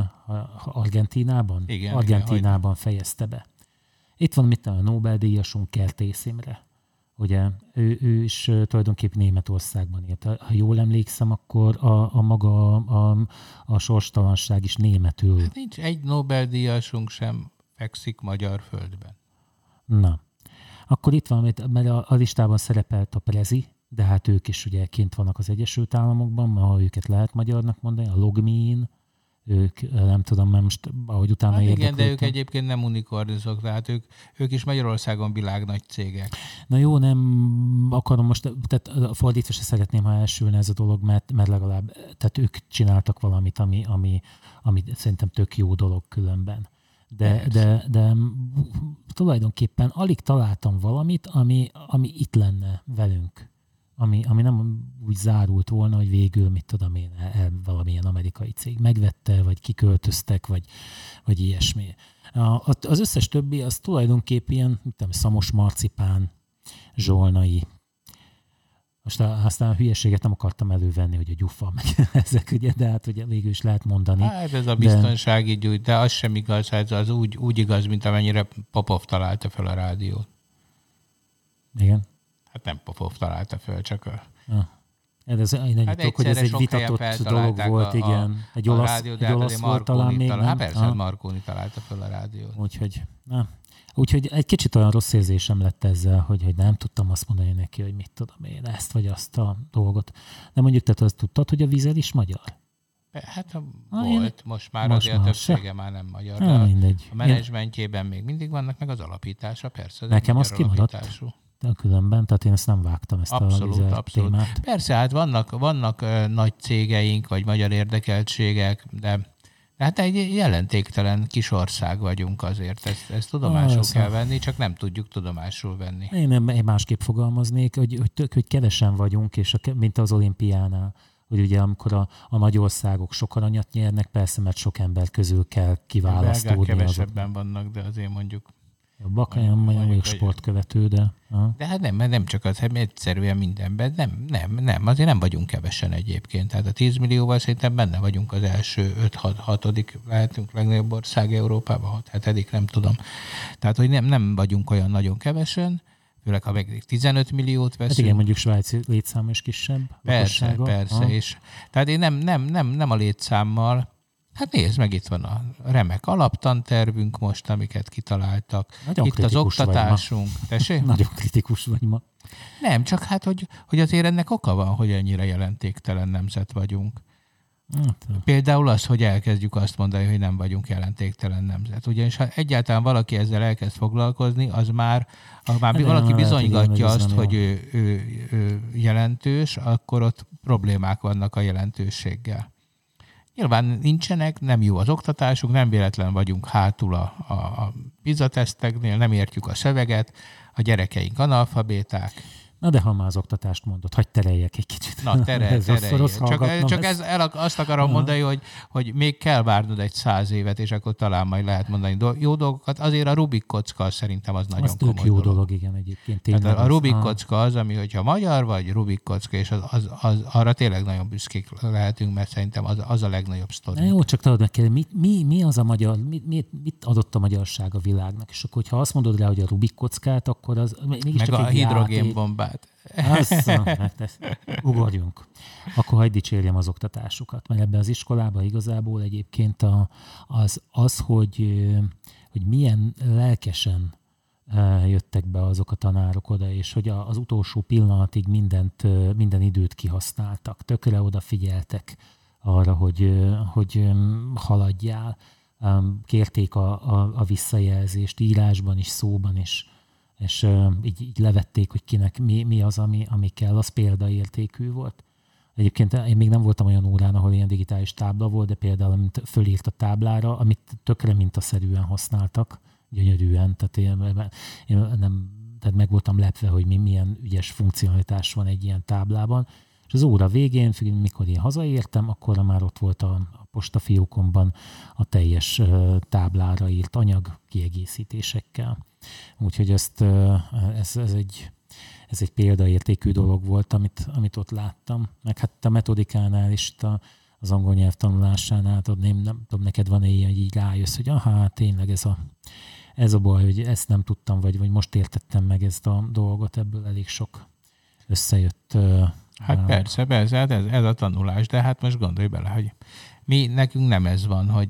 Argentínában fejezte be. Itt van a Nobel-díjasunk Kertész Imre. Ugye ő is tulajdonképpen Németországban élt. Ha jól emlékszem, akkor a maga a sorstalanság is németül. Hát nincs egy Nobel-díjasunk sem fekszik magyar földben. Na, akkor itt van, mert a listában szerepelt a Prezi, de hát ők is ugye kint vannak az Egyesült Államokban, ha őket lehet magyarnak mondani, a Logmin, ők nem tudom, mert most ahogy utána érdeklődtem. Igen, de ők egyébként nem unikornizok, tehát ők is Magyarországon világnagy cégek. Na jó, nem akarom most, tehát fordítva se szeretném, ha elsülne ez a dolog, mert legalább, tehát ők csináltak valamit, ami szerintem tök jó dolog különben. De tulajdonképpen alig találtam valamit, ami itt lenne velünk. Ami nem úgy zárult volna, hogy végül, mit tudom én, valamilyen amerikai cég megvette, vagy kiköltöztek, vagy ilyesmi. Az összes többi, az tulajdonképp ilyen, szamos marcipán, zsolnai. Most aztán a hülyeséget nem akartam elővenni, hogy a gyufa, meg ezek, ugye, de hát ugye végül is lehet mondani. Hát ez a biztonsági gyújt, de az sem igaz, az úgy igaz, mint amennyire Popov találta fel a rádiót. Igen. Hát nem Popov találta föl, csak Ez hogy ez egy vitatott dolog volt, igen. Egy olasz volt talán még, nem? Persze, Marconi találta föl a rádiót. Úgyhogy egy kicsit olyan rossz érzésem lett ezzel, hogy nem tudtam azt mondani neki, hogy mit tudom én, ezt vagy azt a dolgot. De mondjuk, tehát azt tudtad, hogy a Vizel is magyar? Hát volt, most már azért a többsége már nem magyar. Mindegy. A menedzsmentjében még mindig vannak, meg az alapítása, persze. Nekem az kimaradt. Különben, tehát én ezt nem vágtam, ezt abszolút. témát. Persze, hát vannak nagy cégeink, vagy magyar érdekeltségek, de hát egy jelentéktelen kis ország vagyunk azért. Ezt tudomásul kell venni, csak nem tudjuk tudomásul venni. Én másképp fogalmaznék, hogy kevesen vagyunk, és mint az olimpiánál, hogy ugye amikor a nagy országok sok aranyat nyernek, persze, mert sok ember közül kell kiválasztódni. A kevesebben vannak, de azért mondjuk jobbak, én vagyok sportkövető, de... De hát nem csak az, hogy egyszerűen mindenben, nem, azért nem vagyunk kevesen egyébként. Tehát a 10 millióval szerintem benne vagyunk az első 5-6. lehetünk legnagyobb ország Európában, 6-7, nem tudom. Tehát, hogy nem vagyunk olyan nagyon kevesen, főleg ha meg 15 milliót veszünk. Hát igen, mondjuk Svájc létszám is kisebb. Persze, és tehát én nem a létszámmal. Hát nézd meg, itt van a remek alaptantervünk most, amiket kitaláltak. Nagyon itt az oktatásunk. Tessék? Nagyon kritikus vagy ma. Nem, csak hát, hogy azért ennek oka van, hogy ennyire jelentéktelen nemzet vagyunk. Például az, hogy elkezdjük azt mondani, hogy nem vagyunk jelentéktelen nemzet. Ugyanis ha egyáltalán valaki ezzel elkezd foglalkozni, az már valaki bizonygatja azt, hogy ő jelentős, akkor ott problémák vannak a jelentőséggel. Nyilván nincsenek, nem jó az oktatásunk, nem véletlen vagyunk hátul a PISA teszteknél, nem értjük a szöveget, a gyerekeink analfabéták. Na de ha már az oktatást mondod, hagyj tereljek egy kicsit. Na, terelj. Csak azt akarom mondani, hogy még kell várnod egy 100 évet, és akkor talán majd lehet mondani jó dolgokat. Azért a Rubik kocka szerintem az nagyon komoly jó dolog, igen, egyébként. Tehát a Rubik kocka az, ami, hogyha magyar vagy Rubik kocka, és arra tényleg nagyon büszkék lehetünk, mert szerintem az a legnagyobb sztori. Jó, csak tudod meg, mi az a magyar, mit adott a magyarság a világnak? És akkor, hogyha azt mondod rá, hogy a Rubik kockát, akkor az mégis meg csak a hidrogénbombát. Tehát. Ugorjunk. Akkor hagyd dicsérjem az oktatásukat, mert ebben az iskolában igazából egyébként hogy milyen lelkesen jöttek be azok a tanárok oda, és hogy az utolsó pillanatig minden időt kihasználtak. Tökre odafigyeltek arra, hogy haladjál. Kérték a visszajelzést írásban is, szóban is, és így levették, hogy kinek mi az, ami kell, az példaértékű volt. Egyébként én még nem voltam olyan órán, ahol ilyen digitális tábla volt, de például amit fölírt a táblára, amit tökre mintaszerűen használtak, gyönyörűen, tehát meg voltam lepve, hogy milyen ügyes funkcionalitás van egy ilyen táblában. És az óra végén, mikor én hazaértem, akkor már ott volt a postafiókomban a teljes táblára írt anyag kiegészítésekkel. Úgyhogy ez egy példaértékű dolog volt, amit ott láttam. Meg hát a metodikánál is, az angol nyelv tanulásánál, nem tudom, neked van ilyen, hogy így rájössz, hogy tényleg ez a baj, hogy ezt nem tudtam, vagy most értettem meg ezt a dolgot, ebből elég sok összejött. Hát persze, hát ez a tanulás, de hát most gondolj bele, hogy nekünk nem ez van,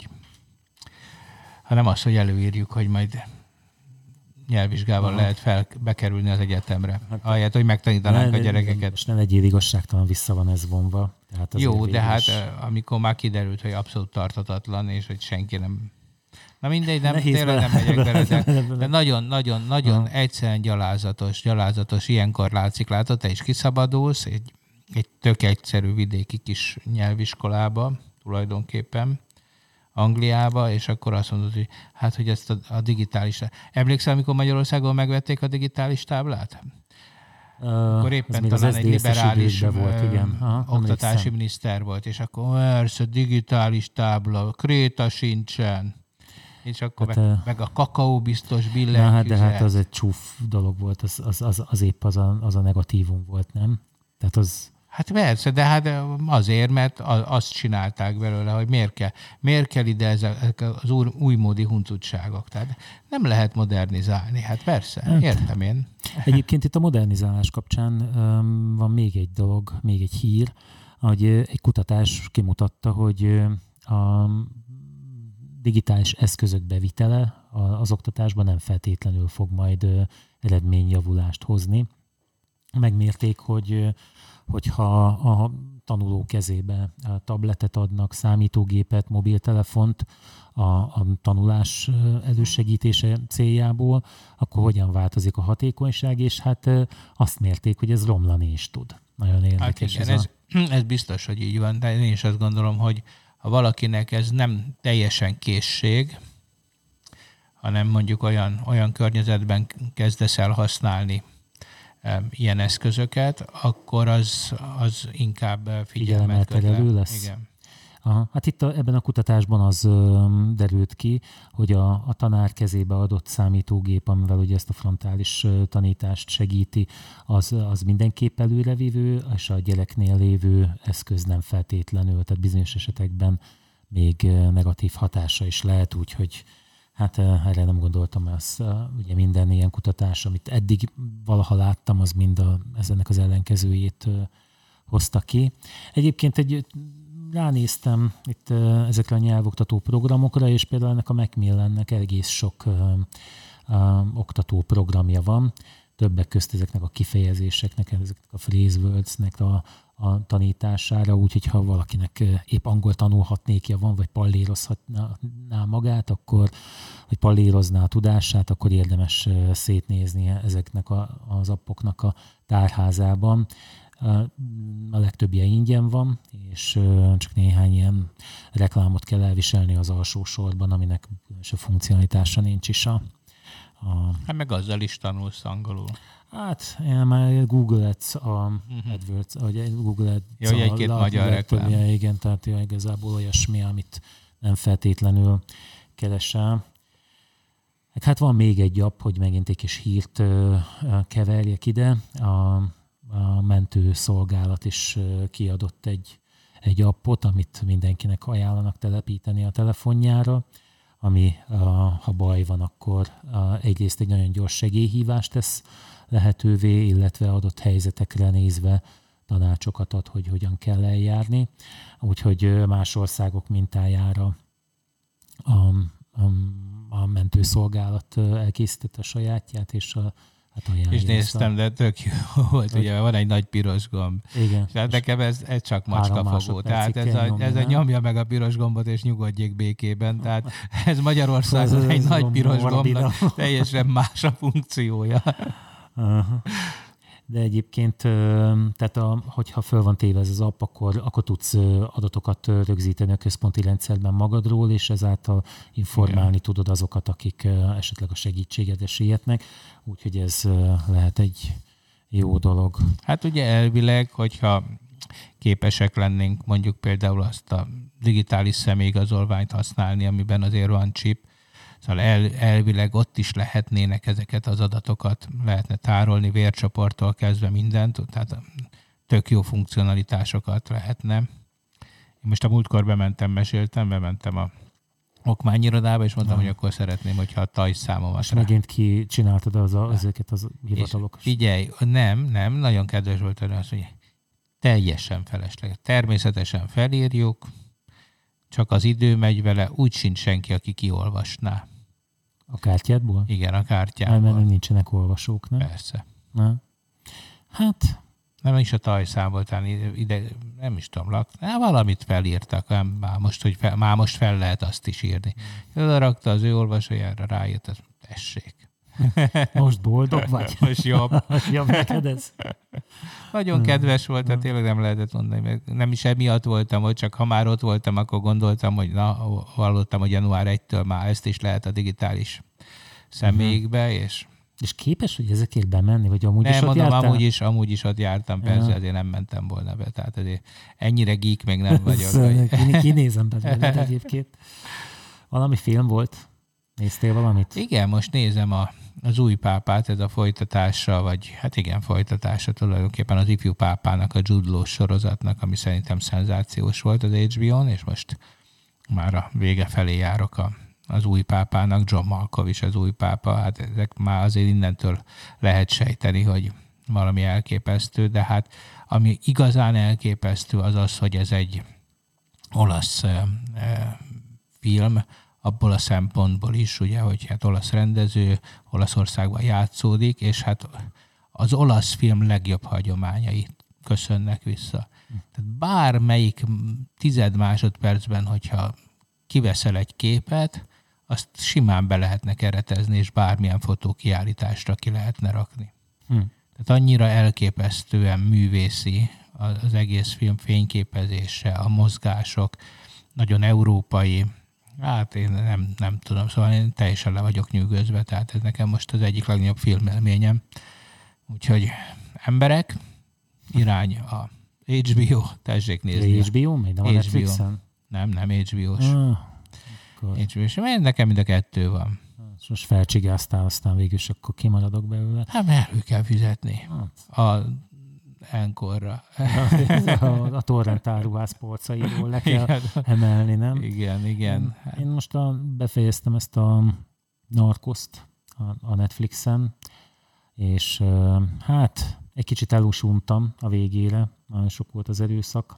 hanem az, hogy előírjuk, hogy majd nyelvvizsgával lehet bekerülni az egyetemre. Ahelyett, hogy megtanítanánk a gyerekeket. Most nem legyél igazságtalan, vissza van ez vonva. Tehát jó, de hát amikor már kiderült, hogy abszolút tarthatatlan, és hogy senki nem... Na mindegy, tényleg nem megyek bele, de nagyon egyszerűen gyalázatos, ilyenkor látszik, látod, te is kiszabadulsz egy tök egyszerű vidéki kis nyelviskolába tulajdonképpen, Angliába, és akkor azt mondod, hogy hát, hogy ezt a digitális... Emlékszel, amikor Magyarországon megvették a digitális táblát? Akkor éppen talán egy liberális volt, igen. Oktatási miniszter volt, és akkor persze digitális tábla, kréta sincsen, és akkor meg a kakaó biztos billentyűzet. De hát az egy csúf dolog volt, az épp az a negatívum volt, nem? Tehát az... Hát persze, de hát azért, mert azt csinálták belőle, hogy miért kell ide ezek az újmódi huncutságok. Tehát nem lehet modernizálni. Hát persze, értem én. Egyébként itt a modernizálás kapcsán van még egy dolog, még egy hír, hogy egy kutatás kimutatta, hogy a digitális eszközök bevitele az oktatásban nem feltétlenül fog majd eredményjavulást hozni. Megmérték, hogyha a tanuló kezébe tabletet adnak, számítógépet, mobiltelefont a tanulás elősegítése céljából, akkor hogyan változik a hatékonyság, és hát azt mérték, hogy ez romlani is tud. Nagyon érdekes. Hát igen, ez biztos, hogy így van, de én is azt gondolom, hogy ha valakinek ez nem teljesen készség, hanem mondjuk olyan környezetben kezdesz el használni ilyen eszközöket, akkor az inkább figyelmet kötele lesz. Igen. Aha. Hát itt ebben a kutatásban az derült ki, hogy a tanár kezébe adott számítógép, amivel ugye ezt a frontális tanítást segíti, az mindenképp előrevívő, és a gyereknél lévő eszköz nem feltétlenül, tehát bizonyos esetekben még negatív hatása is lehet, úgyhogy hát erre nem gondoltam, az ugye minden ilyen kutatás, amit eddig valaha láttam, az mind ennek az ellenkezőjét hozta ki. Egyébként ránéztem itt ezekre a nyelvoktató programokra, és például ennek a Macmillannek egész sok oktató programja van. Többek közt ezeknek a kifejezéseknek, ezeknek a phrase words-nek a tanítására, úgyhogy ha valakinek épp angol tanulhatnékja van, vagy pallérozhatná magát, akkor, vagy pallérozná a tudását, akkor érdemes szétnézni ezeknek az appoknak a tárházában. A legtöbbje ingyen van, és csak néhány ilyen reklámot kell elviselni az alsó sorban, aminek a funkcionalitása nincs is Hát meg azzal is tanulsz angolul. Hát én már Google Ads, AdWords, vagy Google Ads. Jó, egy-két magyar reklám. Igen, tehát igazából olyasmi, amit nem feltétlenül keresel. Hát van még egy app, hogy megint egy kis hírt keverjek ide. A mentőszolgálat is kiadott egy appot, amit mindenkinek ajánlanak telepíteni a telefonjára, ami ha baj van, akkor egyrészt egy nagyon gyors segélyhívást tesz lehetővé, illetve adott helyzetekre nézve tanácsokat ad, hogy hogyan kell eljárni. Úgyhogy más országok mintájára a mentőszolgálat elkészítette a sajátját, és és néztem, de tök jó volt, ugye van egy nagy piros gomb. Igen. És hát nekem ez csak macskafogó. Tehát ez a nyomja meg a piros gombot, és nyugodjék békében. Tehát ez Magyarországon egy nagy piros gombnak teljesen más a funkciója. De egyébként, tehát hogyha föl van téve ez az app, akkor tudsz adatokat rögzíteni a központi rendszerben magadról, és ezáltal informálni tudod azokat, akik esetleg a segítségedre sietnek. Úgyhogy ez lehet egy jó dolog. Hát ugye elvileg, hogyha képesek lennénk mondjuk például azt a digitális személyigazolványt használni, amiben azért van chip, szóval elvileg ott is lehetnének ezeket az adatokat, lehetne tárolni vércsoporttól kezdve mindent, tehát tök jó funkcionalitásokat lehetne. Én most a múltkor bementem a okmányirodába, és mondtam, hogy akkor szeretném, hogyha a TAJ számomat. És megint ki csináltad ezeket az hivatalok? Figyelj, nem, nagyon kedves volt erre azt, hogy teljesen felesleges. Természetesen felírjuk, csak az idő megy vele, úgy sincs senki, aki kiolvasná. A kártyádból? Igen, a kártyából. Mert nincsenek olvasók, nem? Persze. Na. Hát... Nem is a tajszámból, ide, nem is tudom, valamit felírtak, már most fel lehet azt is írni. Oda rakta az ő olvasójára, rájött, azt tessék. Most boldog vagy? Most jobb. Most jobb neked ez? Nagyon kedves volt, tehát tényleg nem lehetett mondani, mert nem is emiatt voltam ott, csak ha már ott voltam, akkor gondoltam, hogy hallottam, hogy január 1-től már ezt is lehet a digitális személyigbe, És képes, hogy ezekért bemenni, vagy amúgy nem, is ott mondom, jártál? amúgy is ott jártam, persze, azért nem mentem volna be, tehát azért ennyire geek még nem vagyok. Kinézem belőle egyébként. Valami film volt? Néztél valamit? Igen, most nézem az új pápát, ez a folytatása, vagy hát igen, folytatása tulajdonképpen az ifjú pápának, a Jude Law sorozatnak, ami szerintem szenzációs volt az HBO-n, és most már a vége felé járok az új pápának, John Malkovich az új pápa, hát ezek már azért innentől lehet sejteni, hogy valami elképesztő, de hát ami igazán elképesztő az az, hogy ez egy olasz film, abból a szempontból is, ugye, hogy hát olasz rendező, Olaszországban játszódik, és hát az olasz film legjobb hagyományai köszönnek vissza. Tehát bármelyik 10 másodpercben, hogyha kiveszel egy képet, azt simán be lehetne keretezni, és bármilyen fotókiállításra ki lehetne rakni. Tehát annyira elképesztően művészi az egész film fényképezése, a mozgások, nagyon európai. Hát én nem tudom, szóval én teljesen le vagyok nyűgözve, tehát ez nekem most az egyik legnagyobb filmelményem. Úgyhogy emberek, irány a HBO, tessék nézni. HBO? Még nem a Netflixen? Nem, HBO-s. HBO-s. Nekem mind a kettő van. Most felcsigáztál, aztán végül is akkor kimaradok belőle. Hát mert elő kell fizetni. A Encore-ra. A torrent áruház polcairól le kell emelni, nem? Igen. Én most befejeztem ezt a Narcoszt a Netflixen, és hát egy kicsit elúsuntam a végére, nagyon sok volt az erőszak,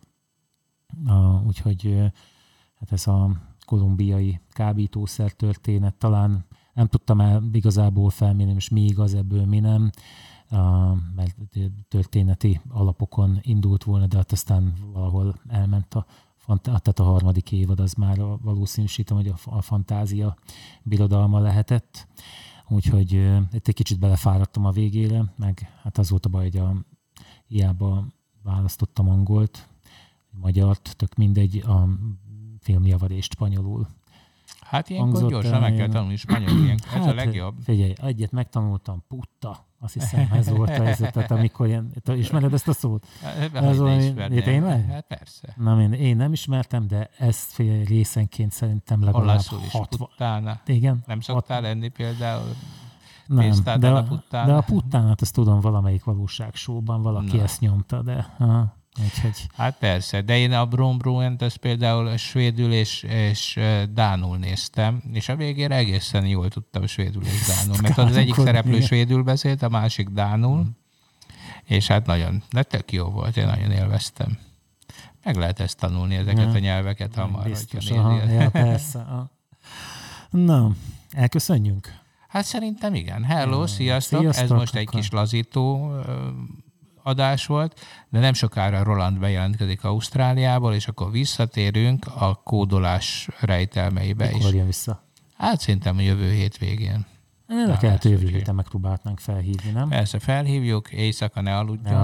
úgyhogy hát ez a kolumbiai kábítószer történet, talán nem tudtam el igazából felmérni, és mi igaz ebből, mi nem, mert történeti alapokon indult volna, de hát aztán valahol elment tehát a harmadik évad, az már valószínűsítem, hogy a fantázia birodalma lehetett. Úgyhogy egy kicsit belefáradtam a végére, meg hát az volt a baj, hogy hiába választottam angolt, magyart, tök mindegy, a film javarészt spanyolul. Hát ilyenkor gyorsan meg kell tanulni spanyolul, ez a legjobb. Figyelj, egyet megtanultam, putta, azt hiszem ez volt a helyzetet, amikor ismered ezt a szót? Tényleg? Hát persze. Én nem ismertem, de ezt részenként szerintem legalább olaszul is puttána. Igen. Nem szoktál lenni például? Nem, de a puttánát azt tudom valamelyik valóságsóban, valaki ezt nyomta, de Úgyhogy... Hát persze, de én a Brombruen-t azt például svédül és dánul néztem, és a végére egészen jól tudtam svédül és dánul, mert az egyik szereplő svédül beszélt, a másik dánul, és hát de tök jó volt, én nagyon élveztem. Meg lehet ezt tanulni, ezeket a nyelveket hamar. Biztos, ja, persze. Na, elköszönjünk? Hát szerintem igen. Hello, sziasztok! Ez most egy kis lazító adás volt, de nem sokára Roland bejelentkezik Ausztráliából, és akkor visszatérünk a kódolás rejtelmeibe is. Mikor jön vissza? Hát szerintem a jövő hétvégén. Lehet, hogy jövő héten megpróbáltnánk felhívni, nem? Persze, felhívjuk, éjszaka ne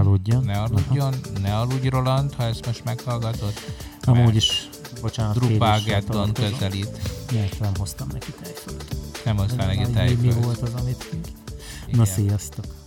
aludj Roland, ha ezt most meghallgatod. Amúgy is, bocsánat, Drupal-Geddon közelít. Miért nem hoztam neki tejfölt? Nem hoztál neki tejfölt. Mi volt az, amit... Na, sziasztok!